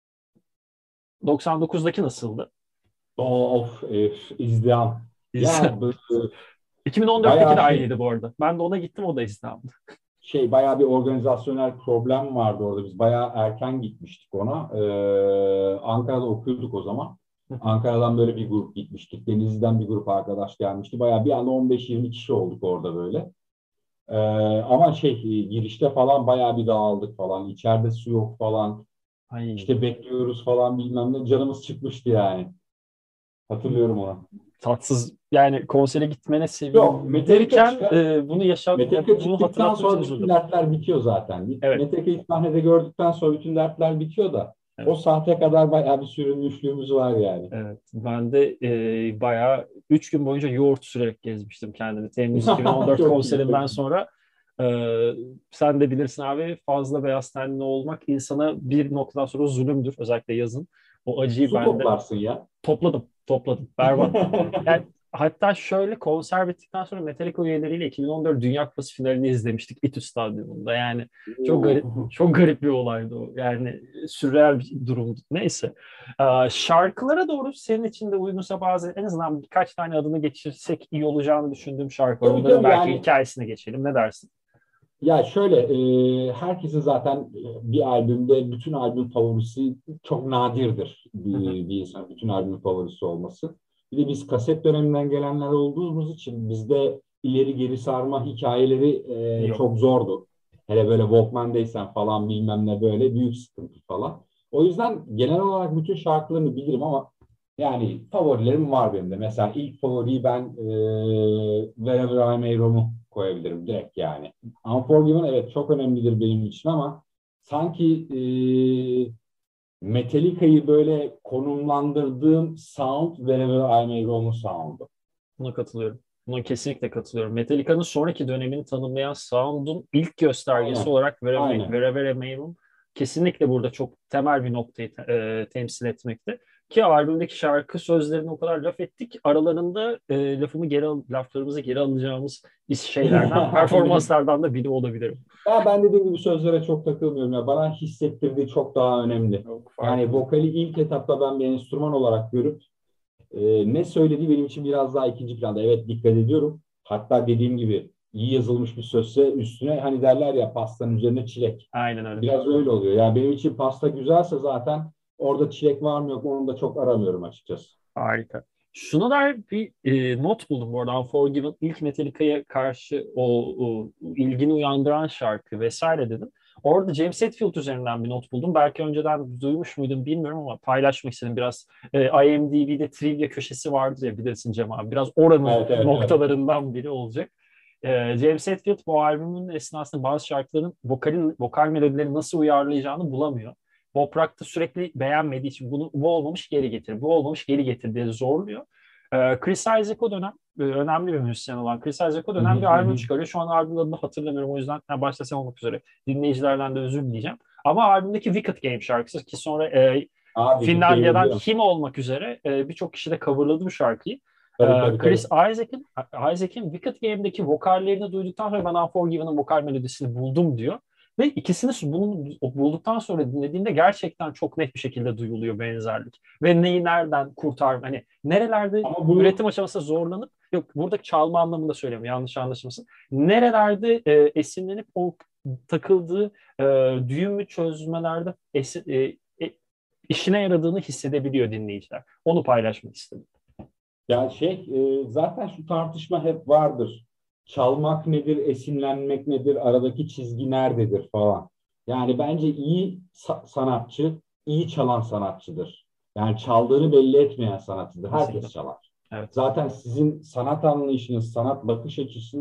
99'daki nasıldı? İzdiham. Ya, 2014'teki de bayağı aynıydı bu arada. Ben de ona gittim o da İstanbul'da. bayağı bir organizasyonel problem vardı orada. Biz bayağı erken gitmiştik ona. Ankara'da okuyorduk o zaman. Ankara'dan böyle bir grup gitmiştik. Denizli'den bir grup arkadaş gelmişti. Bayağı bir anda 15-20 kişi olduk orada böyle. Ama girişte falan bayağı bir dağıldık falan. İçeride su yok falan. Ay. İşte bekliyoruz falan bilmem ne. Canımız çıkmıştı yani. Hatırlıyorum onu. Tatsız yani konsere gitmene Yok, Metallica sevindirken Metallica bunu çıktıktan hatırlattığın için sonra bütün üzüldüm. dertler bitiyor zaten. Evet. Metallica'yı sahnede gördükten sonra bütün dertler bitiyor da Evet. o saate kadar bayağı bir sürünmüşlüğümüz var yani. Evet. Ben de bayağı 3 gün boyunca yoğurt sürerek gezmiştim kendimi. Temmuz 2014 Çok iyi, konserinden çok iyi. sonra e, sen de bilirsin abi fazla beyaz tenli olmak insana bir noktadan sonra zulümdür. Özellikle yazın. O acıyı Su ben de toplarsın ya. topladım. Berbattı. Yani hatta şöyle konser bittikten sonra Metallica üyeleriyle 2014 Dünya Kupası finalini izlemiştik İTÜ Stadyumunda. Yani Oo. çok garip bir olaydı o. Yani sürreal bir durumdu. Neyse. Şarkılara doğru senin için de uygunsa bazı en azından birkaç tane adını geçirsek iyi olacağını düşündüğüm şarkı var. Tabii Onların tabii, belki yani hikayesine geçelim. Ne dersin? ya şöyle, herkesin zaten bir albümde bütün albüm favorisi çok nadirdir, Hı hı. bir insan bütün albüm favorisi olması. Bir de biz kaset döneminden gelenler olduğumuz için bizde ileri geri sarma hikayeleri Yok. çok zordu. Hele böyle Walkman'daysan falan bilmem ne, böyle büyük sıkıntı falan. O yüzden genel olarak bütün şarkılarını bilirim ama yani favorilerim var benim de. Mesela ilk favoriyi ben Wherever I May Roam'u koyabilirim direkt yani. Unforgiven evet çok önemlidir benim için ama sanki Metallica'yı böyle konumlandırdığım sound Wherever I May Roam'un sound'u. Buna katılıyorum. Buna kesinlikle katılıyorum. Metallica'nın sonraki dönemini tanımlayan sound'un ilk göstergesi Aynen. olarak Aynen. Wherever I May Roam kesinlikle burada çok temel bir noktayı temsil etmekte. Ki albümdeki şarkı sözlerine o kadar laf ettik. Aralarında laflarımızı geri alacağımız şeylerden, Aynen. performanslardan da biri olabilir. Ya ben dediğim gibi sözlere çok takılmıyorum ya. Bana hissettirdiği çok daha önemli. Çok Yani farkındayım. vokali ilk etapta ben bir enstrüman olarak görüp ne söylediği benim için biraz daha ikinci planda. Evet, dikkat ediyorum. Hatta dediğim gibi iyi yazılmış bir sözse üstüne, hani derler ya, pastanın üzerine çilek. Aynen öyle. Biraz öyle oluyor. Yani benim için pasta güzelse zaten orada çilek var mı yok mu onu da çok aramıyorum açıkçası. Harika. Şuna dair bir not buldum bu arada. Unforgiven ilk Metallica'ya karşı o ilgini uyandıran şarkı vesaire dedim. Orada James Hetfield üzerinden bir not buldum. Belki önceden duymuş muydum bilmiyorum ama paylaşmak istedim. Biraz IMDb'de trivia köşesi vardır ya, bilirsin Cem abi. Biraz oranın Evet, evet, evet. noktalarından biri olacak. James Hetfield bu albümün esnasında bazı şarkıların vokal melodileri nasıl uyarlayacağını bulamıyor. Bob Rock da sürekli beğenmediği için bu olmamış geri getir, bu olmamış geri getir diye zorluyor. Chris Isaak o dönem önemli bir müzisyen olan Chris Isaak o Hı hı, dönem bir hı albüm hı. çıkarıyor. Şu an albümün adını hatırlamıyorum, o yüzden başta sen olmak üzere dinleyicilerden de özür dileyeceğim. Ama albümdeki Wicked Game şarkısı ki sonra Abi Wicked Game'i Finlandiya'dan biliyorum. Him olmak üzere birçok kişi de coverladı bu şarkıyı. Tabii, tabii, Chris tabii. Isaac'in Wicked Game'deki vokallerini duyduktan sonra ben Unforgiven'ın vokal melodisini buldum diyor. Ve ikisini bulduktan sonra dinlediğinde gerçekten çok net bir şekilde duyuluyor benzerlik. Ve neyi nereden kurtar, hani nerelerde Ama bunu üretim aşamasında zorlanıp, yok buradaki çalma anlamında söylüyorum, yanlış anlaşılmasın. Nerelerde esinlenip o takıldığı e, düğümü çözmelerde işine yaradığını hissedebiliyor dinleyiciler. Onu paylaşmak istedim. ya zaten şu tartışma hep vardır. Çalmak nedir, esinlenmek nedir, aradaki çizgi nerededir falan. Yani bence iyi sanatçı, iyi çalan sanatçıdır. Yani çaldığını belli etmeyen sanatçıdır. Kesinlikle. Herkes çalar. Evet. Zaten sizin sanat anlayışınız, sanat bakış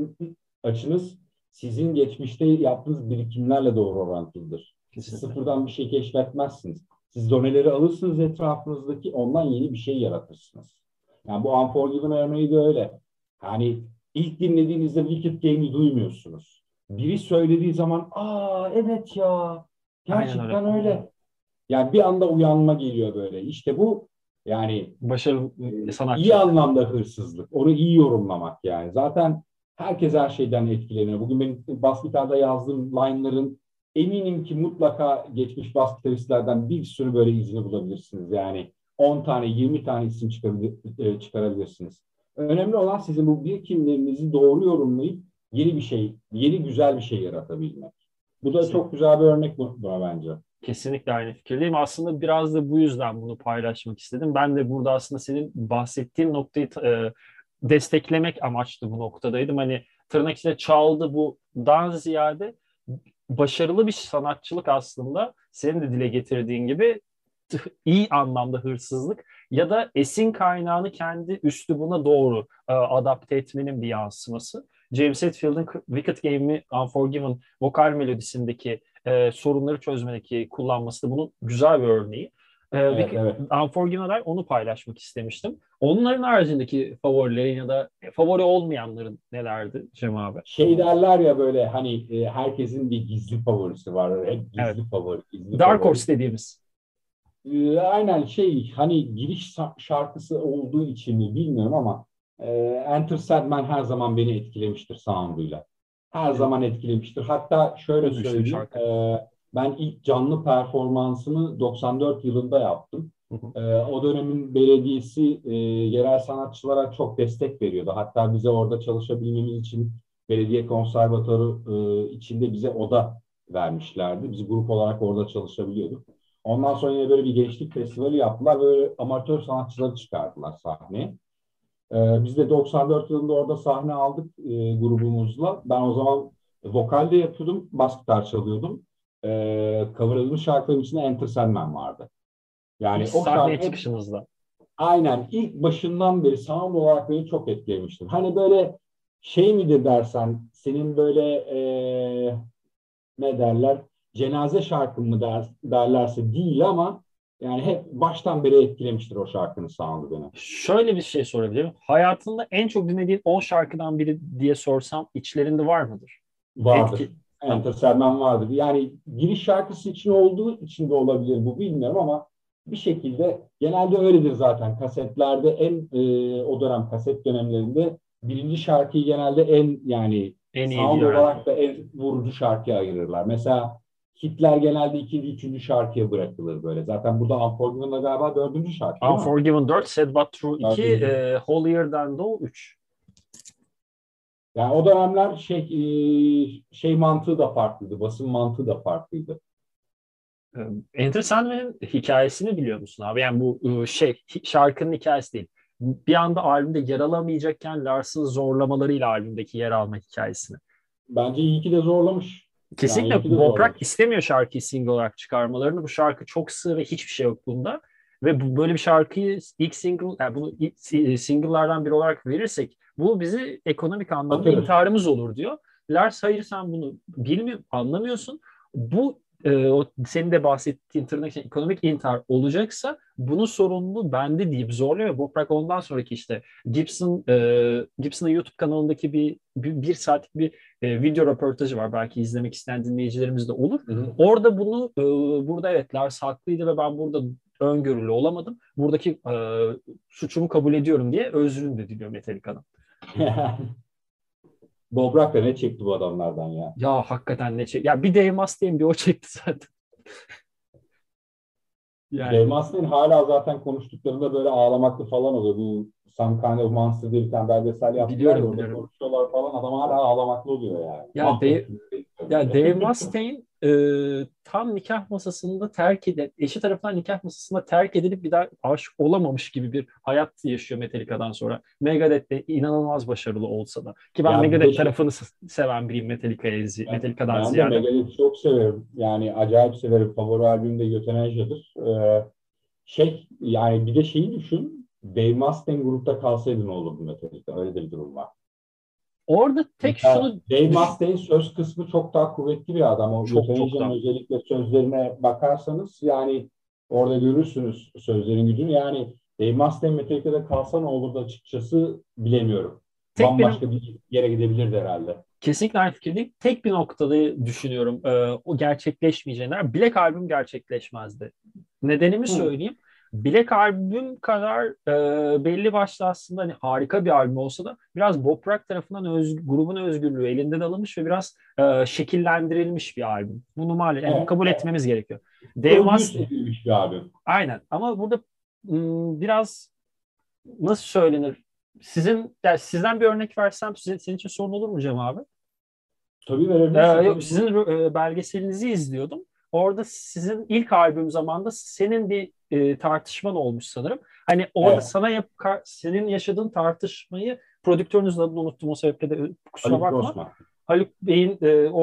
açınız sizin geçmişte yaptığınız birikimlerle doğru orantılıdır. Siz Kesinlikle. sıfırdan bir şey keşfetmezsiniz. Siz doneleri alırsınız etrafınızdaki, ondan yeni bir şey yaratırsınız. Yani bu Unforgiven örneği de öyle. Yani ilk dinlediğinizde Wicked Game'i duymuyorsunuz. Biri söylediği zaman evet ya, Aynen öyle. gerçekten öyle. Yani bir anda uyanma geliyor böyle. İşte bu yani Başarılı iyi sanatçılık. anlamda hırsızlık. Onu iyi yorumlamak yani. Zaten herkes her şeyden etkileniyor. Bugün benim bas gitarda yazdığım line'ların eminim ki mutlaka geçmiş bas gitaristlerden bir sürü böyle izini bulabilirsiniz. Yani 10 tane, 20 tane isim çıkarabilirsiniz. Önemli olan sizin bu birikimlerinizi doğru yorumlayıp yeni bir şey, yeni güzel bir şey yaratabilmek. Bu da çok güzel bir örnek buna bence. Kesinlikle aynı fikirdeyim. Aslında biraz da bu yüzden bunu paylaşmak istedim. Ben de burada aslında senin bahsettiğin noktayı desteklemek amaçlı bu noktadaydım. Hani tırnak içinde çaldı bundan ziyade başarılı bir sanatçılık aslında senin de dile getirdiğin gibi iyi anlamda hırsızlık ya da esin kaynağını kendi üslubuna doğru adapte etmenin bir yansıması. James Hetfield'ın Wicked Game'i Unforgiven vokal melodisindeki sorunları çözmedeki kullanması da bunun güzel bir örneği. Evet, evet. Unforgiven'a dair onu paylaşmak istemiştim. Onların haricindeki favorilerin ya da favori olmayanların nelerdi Cem abi? Şey derler ya böyle hani herkesin bir gizli favorisi var. Hep Evet. gizli favori, gizli Dark favori. Horse dediğimiz. Aynen hani giriş şarkısı olduğu için mi bilmiyorum ama e, Enter Sandman her zaman beni etkilemiştir sound'uyla. Her Evet. zaman etkilemiştir. Hatta şöyle Çok güçlü bir söyleyeyim, şarkı. ben ilk canlı performansımı 94 yılında yaptım. Hı hı. O dönemin belediyesi yerel sanatçılara çok destek veriyordu. Hatta bize orada çalışabilmemiz için belediye konservatuarı içinde bize oda vermişlerdi. Biz grup olarak orada çalışabiliyorduk. Ondan sonra yine böyle bir gençlik festivali yaptılar. Böyle amatör sanatçıları çıkardılar sahneye. Biz de 94 yılında orada sahne aldık grubumuzla. Ben o zaman vokal de yapıyordum, bas gitar çalıyordum. Coverladığım şarkıların içinde Enter Sandman vardı. İlk Yani o sahneye şarkı hep çıkışınızda. aynen ilk başından beri sound olarak beni çok etkilemiştir. Hani böyle şey midir dersen, senin böyle ne derler, cenaze şarkı mı derlerse değil ama yani hep baştan beri etkilemiştir o şarkının sound'u beni. Şöyle bir şey sorabilirim. Hayatında en çok dinlediğin 10 şarkıdan biri diye sorsam içlerinde var mıdır? Vardır. Etki. Tamam. Enter Sandman vardır. Yani giriş şarkısı için olduğu için de olabilir bu, bilmiyorum ama bir şekilde genelde öyledir zaten. Kasetlerde o dönem kaset dönemlerinde birinci şarkıyı genelde en yani En iyi sound diyor. olarak da en vurucu şarkıya ayırırlar. Mesela hitler genelde ikinci, üçüncü şarkıya bırakılır böyle. Zaten burada Unforgiven'da galiba dördüncü şarkı değil mi? Unforgiven 4, Sad But True 2, Dördüncü. Holier Than Thou 3. Yani o dönemler şey mantığı da farklıydı. Basın mantığı da farklıydı. Enter Sandman'in hikayesini biliyor musun abi? Yani bu şarkının hikayesi değil. bir anda albümde yer alamayacakken Lars'ın zorlamalarıyla albümdeki yer alma hikayesini. Bence iyi ki de zorlamış. Yani iyi Kesinlikle ki de Bob Rock zorlamış. istemiyor şarkıyı single olarak çıkarmalarını. Bu şarkı çok sığ ve hiçbir şey yok bunda. Ve böyle bir şarkıyı ilk single, yani bunu ilk single'lardan biri olarak verirsek bu bizi ekonomik anlamda Batırır. intiharımız olur diyor. Lars hayır sen bunu bilmiyor, anlamıyorsun. Bu o senin de bahsettiğin tırnak için ekonomik intihar olacaksa bunun sorumluluğu bende deyip zorluyor ve Bob Rock ondan sonraki işte Gibson'ın YouTube kanalındaki bir saatlik bir video röportajı var. Belki izlemek isteyen dinleyicilerimiz de olur. Hı hı. Orada bunu burada evet Lars haklıydı ve ben burada öngörülü olamadım. Buradaki suçumu kabul ediyorum diye özrünü de diliyor Metallica'dan. Bob Rock da ne çekti bu adamlardan ya. Ya hakikaten ne çek... Ya bir Dave Mustaine bir o çekti zaten. Dave Yani Mustaine hala zaten konuştuklarında böyle ağlamaklı falan oluyor. Bu Some Kind of Monster diye bir tane belgesel yaptılar ya, biliyorum orada biliyorum. konuşuyorlar falan. Adam hala ağlamaklı oluyor yani. Ya Dave, Mahvettim. ya Dave Mustaine tam nikah masasında eşi tarafından nikah masasında terk edilip bir daha aşık olamamış gibi bir hayat yaşıyor Metallica'dan sonra. Megadeth'te inanılmaz başarılı olsa da. Ki ben Ya bir de Megadeth şey, tarafını seven biriyim Metallica'dan ben de ziyade. Megadeth'i çok severim. Yani acayip severim. Favori albüm de Euthanasia'dır. Yani bir de şeyi düşün. Dave Mustaine grupta kalsaydı ne olurdu Metallica? Öyle de bir durum var. Orada tek Mesela şunu Dave düş Mustaine söz kısmı çok daha kuvvetli bir adam. O çok çok Euthanasia'nın da özellikle sözlerine bakarsanız yani orada görürsünüz sözlerin gücünü. Yani Dave Mustaine Metallica'da kalsa ne olurdu açıkçası bilemiyorum. tek benim Bambaşka bir yere gidebilirdi herhalde. kesinlikle aynı fikirdeyim. Tek bir noktada düşünüyorum o gerçekleşmeyeceğini. Black albüm gerçekleşmezdi. Nedenimi Hı. söyleyeyim. Black albüm kadar belli başlı aslında hani harika bir albüm olsa da biraz Bob Rock tarafından grubun özgürlüğü elinden alınmış ve biraz şekillendirilmiş bir albüm. Bunu maalesef yani bunu Evet, kabul evet. etmemiz gerekiyor. Dave Produce Must edilmiş bir albüm. aynen ama burada biraz nasıl söylenir? Yani sizden bir örnek versem senin için sorun olur mu Cem abi? Tabii verebilirsin Yok, tabii. sizin belgeselinizi izliyordum. Orada sizin ilk albüm zamanında senin bir tartışman olmuş sanırım. Hani orada Evet. senin yaşadığın tartışmayı prodüktörünüzün adını unuttum o sebeple de kusura Haluk bakma. Grossman. Haluk Bey'in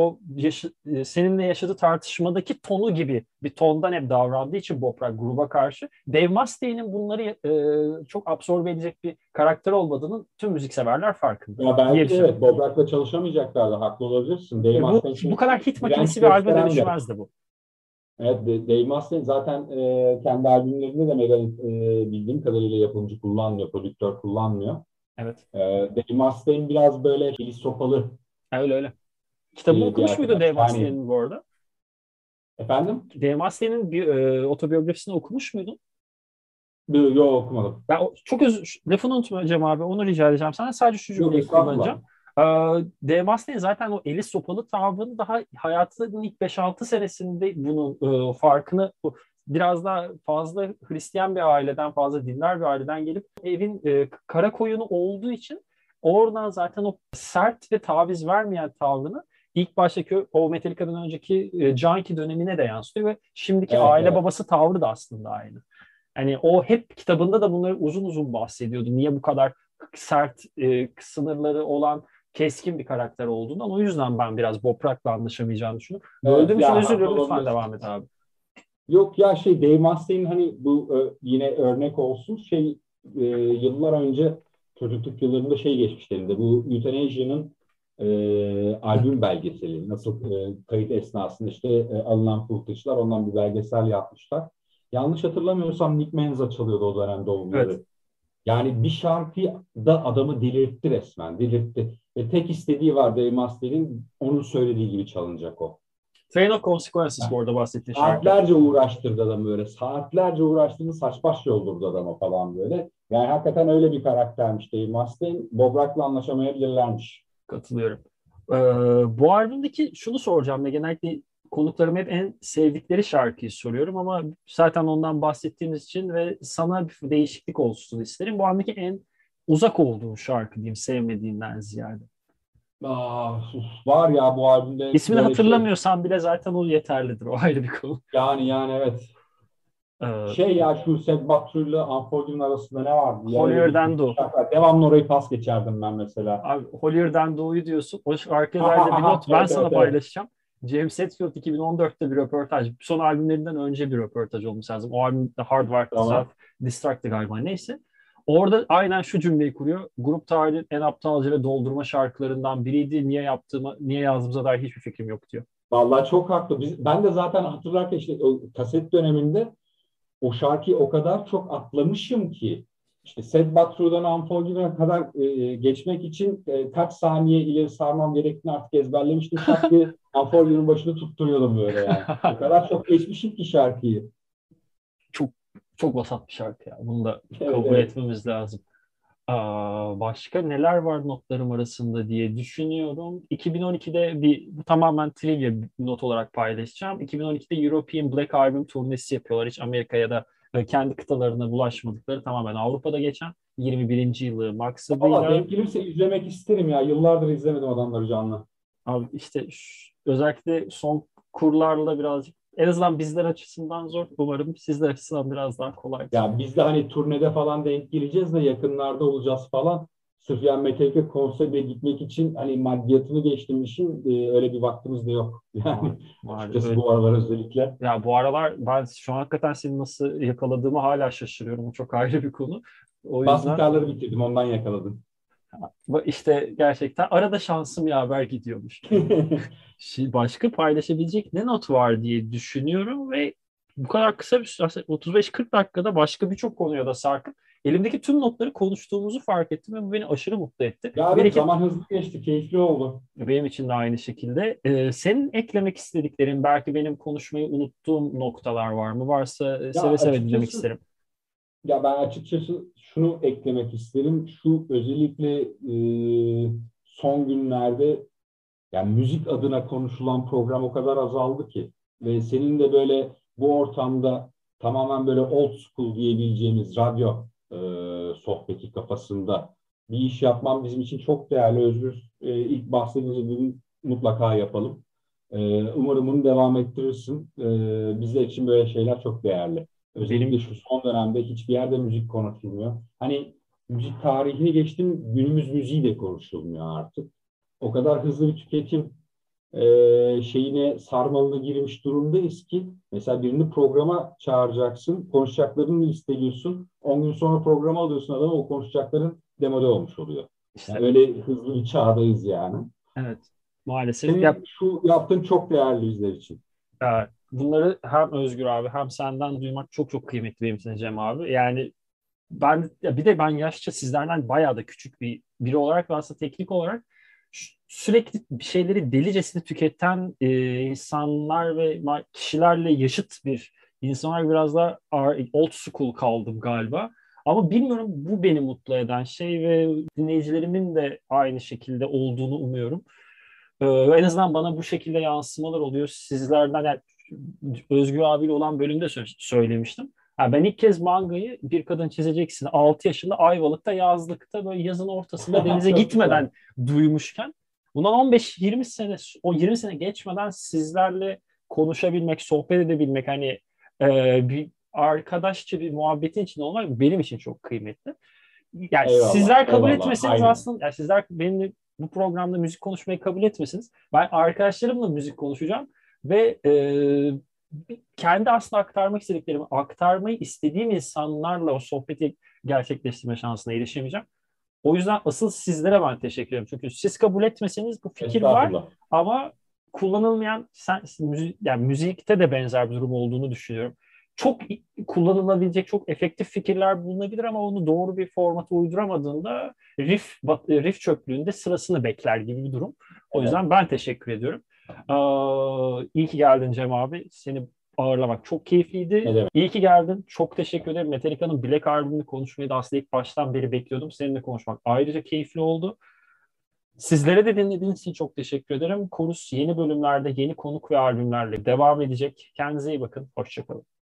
seninle yaşadığı tartışmadaki tonu gibi bir tondan hep davrandığı için Bob Rock gruba karşı Dave Mustaine'in bunları çok absorbe edecek bir karakter olmadığının tüm müzikseverler farkında Ya diye belki de düşünüyorum. evet Bob Rock'la çalışamayacaklardı. Haklı olabilirsin. Dave Bu Mustaine bu çünkü kadar hit direnç makinesi bir albüme gösteren de. dönüşmezdi bu. Evet, Dave Mustaine zaten kendi albümlerinde de Megadeth bildiğim kadarıyla yapımcı kullanmıyor, prodüktör kullanmıyor. Evet. Dave Mustaine biraz böyle eli sopalı Öyle öyle. Kitabını bir okumuş muydun arkadaş. Dave Yani Mustaine'in bu arada? efendim? Dave Mustaine'in bir otobiyografisini okumuş muydun? Yok okumadım. Çok lafını unutmayacağım abi. Onu rica edeceğim. Sana sadece şu Yok cümleyi estağfurullah. kullanacağım. Ee, Dave Mustaine zaten o eli sopalı tavrını daha hayatının ilk 5-6 senesinde bunun farkını biraz daha fazla Hristiyan bir aileden fazla dinler bir aileden gelip evin kara koyunu olduğu için oradan zaten o sert ve taviz vermeyen tavrını ilk baştaki o Metallica'dan önceki Junkie dönemine de yansıtıyor ve şimdiki Evet, aile evet. babası tavrı da aslında aynı. Hani o hep kitabında da bunları uzun uzun bahsediyordu. Niye bu kadar sert sınırları olan keskin bir karakter olduğundan. O yüzden ben biraz Bob Rock'la anlaşamayacağını düşünüyorum. Evet Böldüğüm için ya özür haklı diliyorum. Lütfen olabilirsin. devam et abi. Yok ya Dave Mustaine hani bu yine örnek olsun yıllar önce çocukluk yıllarında geçmişti elinde. Bu Euthanasia'nın albüm belgeseli. Nasıl kayıt esnasında alınan footage'lar ondan bir belgesel yapmışlar. Yanlış hatırlamıyorsam Nick Menza çalıyordu o dönemde Evet. onları. Yani bir şarkı da adamı delirtti resmen. Delirtti. Ve tek istediği var Dave Mustaine'in onun söylediği gibi çalınacak o. Train of Consequences bu arada bahsettiğin şarkı. Saatlerce uğraştırdı adam böyle. Saatlerce uğraştığını saç baş yoldurdu adama falan böyle. Yani hakikaten öyle bir karaktermiş Dave Mustaine. Bob Rock'la anlaşamayabilirlermiş. Katılıyorum. Ee, Bu albümdeki şunu soracağım ve genellikle konuklarım hep en sevdikleri şarkıyı soruyorum ama zaten ondan bahsettiğimiz için ve sana bir değişiklik olsun isterim. Bu albümdeki en uzak olduğun şarkı diyeyim sevmediğinden ziyade. Var ya bu albümde İsmini böyle hatırlamıyorsan bile zaten o yeterlidir. O ayrı bir konu. yani evet. Ya şu Sed Batrul'la Unforgiven arasında ne vardı? Ya öyle Holier bir Than Thou. şarkı var. Devamlı orayı pas geçerdim ben mesela. Abi Holier Than Thou'yu diyorsun. O şarkıya dair de bir not ben Evet, sana evet, evet. paylaşacağım. James Hetfield 2014'te bir röportaj. Son albümlerinden önce bir röportaj olması lazım. O albüm de Hard Work Self Tamam. Destruct'tı galiba, neyse. Orada aynen şu cümleyi kuruyor. Grup tarihinin en aptalca ve doldurma şarkılarından biriydi. Niye yazdığımıza dair hiçbir fikrim yok diyor. Vallahi çok haklı. Ben de zaten hatırlarken işte o kaset döneminde o şarkıyı o kadar çok atlamışım ki işte Sed Batrul'dan Unforgiven'a kadar geçmek için kaç saniye ileri sarmam gerektiğini artık ezberlemiştim. Şak diye Unforgiven'ın başını tutturuyordum böyle yani. O kadar çok geçmişim ki şarkıyı. Çok çok vasat bir şarkı ya. Bunu da Evet, kabul evet. etmemiz lazım. Başka neler var notlarım arasında diye düşünüyorum. 2012'de bu tamamen trivia bir not olarak paylaşacağım. 2012'de European Black Album turnesi yapıyorlar. Hiç Amerika'ya da kendi kıtalarına bulaşmadıkları, tamamen Avrupa'da geçen 21. yılı Valla maksadıyla. denk gelirse izlemek isterim ya. Yıllardır izlemedim adamları canlı. Abi işte özellikle son kurlarla birazcık, en azından bizler açısından zor. Umarım sizler açısından biraz daha kolaydır. Ya biz de hani turnede falan denk geleceğiz de yakınlarda olacağız falan. Sırf yani Metallica konserine gitmek için hani maddiyatını geçtim işin öyle bir vaktimiz de yok. Yani açıkçası Öyle. bu aralar özellikle. Ya bu aralar ben şu an hakikaten seni nasıl yakaladığımı hala şaşırıyorum. O çok ayrı bir konu. O Bas yüzden gitarları bitirdim ondan yakaladım. işte gerçekten arada şansım yaver gidiyormuş. Başka paylaşabilecek ne not var diye düşünüyorum ve bu kadar kısa bir süre, aslında 35-40 dakikada başka birçok konuya da sarkıp elimdeki tüm notları konuştuğumuzu fark ettim ve bu beni aşırı mutlu etti. Ya Bir evet iki zaman hızlı geçti, keyifli oldu. benim için de aynı şekilde. Senin eklemek istediklerin, belki benim konuşmayı unuttuğum noktalar var mı? Varsa Ya seve seve dinlemek açıkçası isterim. ben açıkçası şunu eklemek isterim. Şu özellikle son günlerde yani müzik adına konuşulan program o kadar azaldı ki ve senin de böyle bu ortamda tamamen böyle old school diyebileceğimiz radyo sohbeti kafasında bir iş yapman bizim için çok değerli. Özgür ilk bahsettiğiniz gibi mutlaka yapalım. Umarım bunu devam ettirirsin. Bizler için böyle şeyler çok değerli. Özellikle Benim şu son dönemde hiçbir yerde müzik konuşulmuyor. Hani müzik tarihini geçtim, günümüz müziği de konuşulmuyor artık. O kadar hızlı bir tüketim şeyine sarmalına girmiş durumdayız ki mesela birini programa çağıracaksın, konuşacaklarını listeliyorsun. 10 gün sonra programa alıyorsun adamı, o konuşacakların demode olmuş oluyor. Yani işte öyle hızlı bir çağdayız yani. evet, maalesef Senin şu yaptığın çok değerli bizler için. e, bunları hem Özgür abi hem senden duymak çok çok kıymetli benim için Cem abi. Yani bir de ben yaşça sizlerden bayağı da küçük biri olarak ve aslında teknik olarak sürekli bir şeyleri delicesine tüketen insanlar ve kişilerle yaşıt bir insanlar, biraz daha old school kaldım galiba. Ama bilmiyorum, bu beni mutlu eden şey ve dinleyicilerimin de aynı şekilde olduğunu umuyorum. En azından bana bu şekilde yansımalar oluyor. Sizlerden yani, Özgür abiyle olan bölümde söylemiştim. Ha, ben ilk kez mangayı Bir Kadın Çizeceksin 6 yaşında Ayvalık'ta yazlıkta böyle yazın ortasında denize Çok güzel. gitmeden duymuşken, bundan 15-20 sene, o 20 sene geçmeden sizlerle konuşabilmek, sohbet edebilmek, hani bir arkadaşça bir muhabbetin içinde olmak benim için çok kıymetli. Yani Eyvallah, sizler kabul eyvallah. etmeseniz Aynen. aslında, yani sizler benimle bu programda müzik konuşmayı kabul etmeseniz, ben arkadaşlarımla müzik konuşacağım ve kendi aslında aktarmak istediklerimi, aktarmayı istediğim insanlarla o sohbeti gerçekleştirme şansına erişemeyeceğim. O yüzden asıl sizlere ben teşekkür ederim. Çünkü siz kabul etmeseniz bu fikir var Estağfurullah. ama kullanılmayan, yani müzikte de benzer bir durum olduğunu düşünüyorum. Çok kullanılabilecek çok efektif fikirler bulunabilir ama onu doğru bir formata uyduramadığında riff çöplüğünde sırasını bekler gibi bir durum. O Evet. yüzden ben teşekkür ediyorum. İyi ki geldin Cem abi. Seni ağırlamak çok Ne keyifliydi. demek? İyi ki geldin. Çok teşekkür ederim. Metallica'nın Black albümünü konuşmayı da aslında ilk baştan beri bekliyordum. Seninle konuşmak ayrıca keyifli oldu. Sizlere de dinlediğiniz için çok teşekkür ederim. Korus yeni bölümlerde, yeni konuk ve albümlerle devam edecek. Kendinize iyi bakın. Hoşçakalın.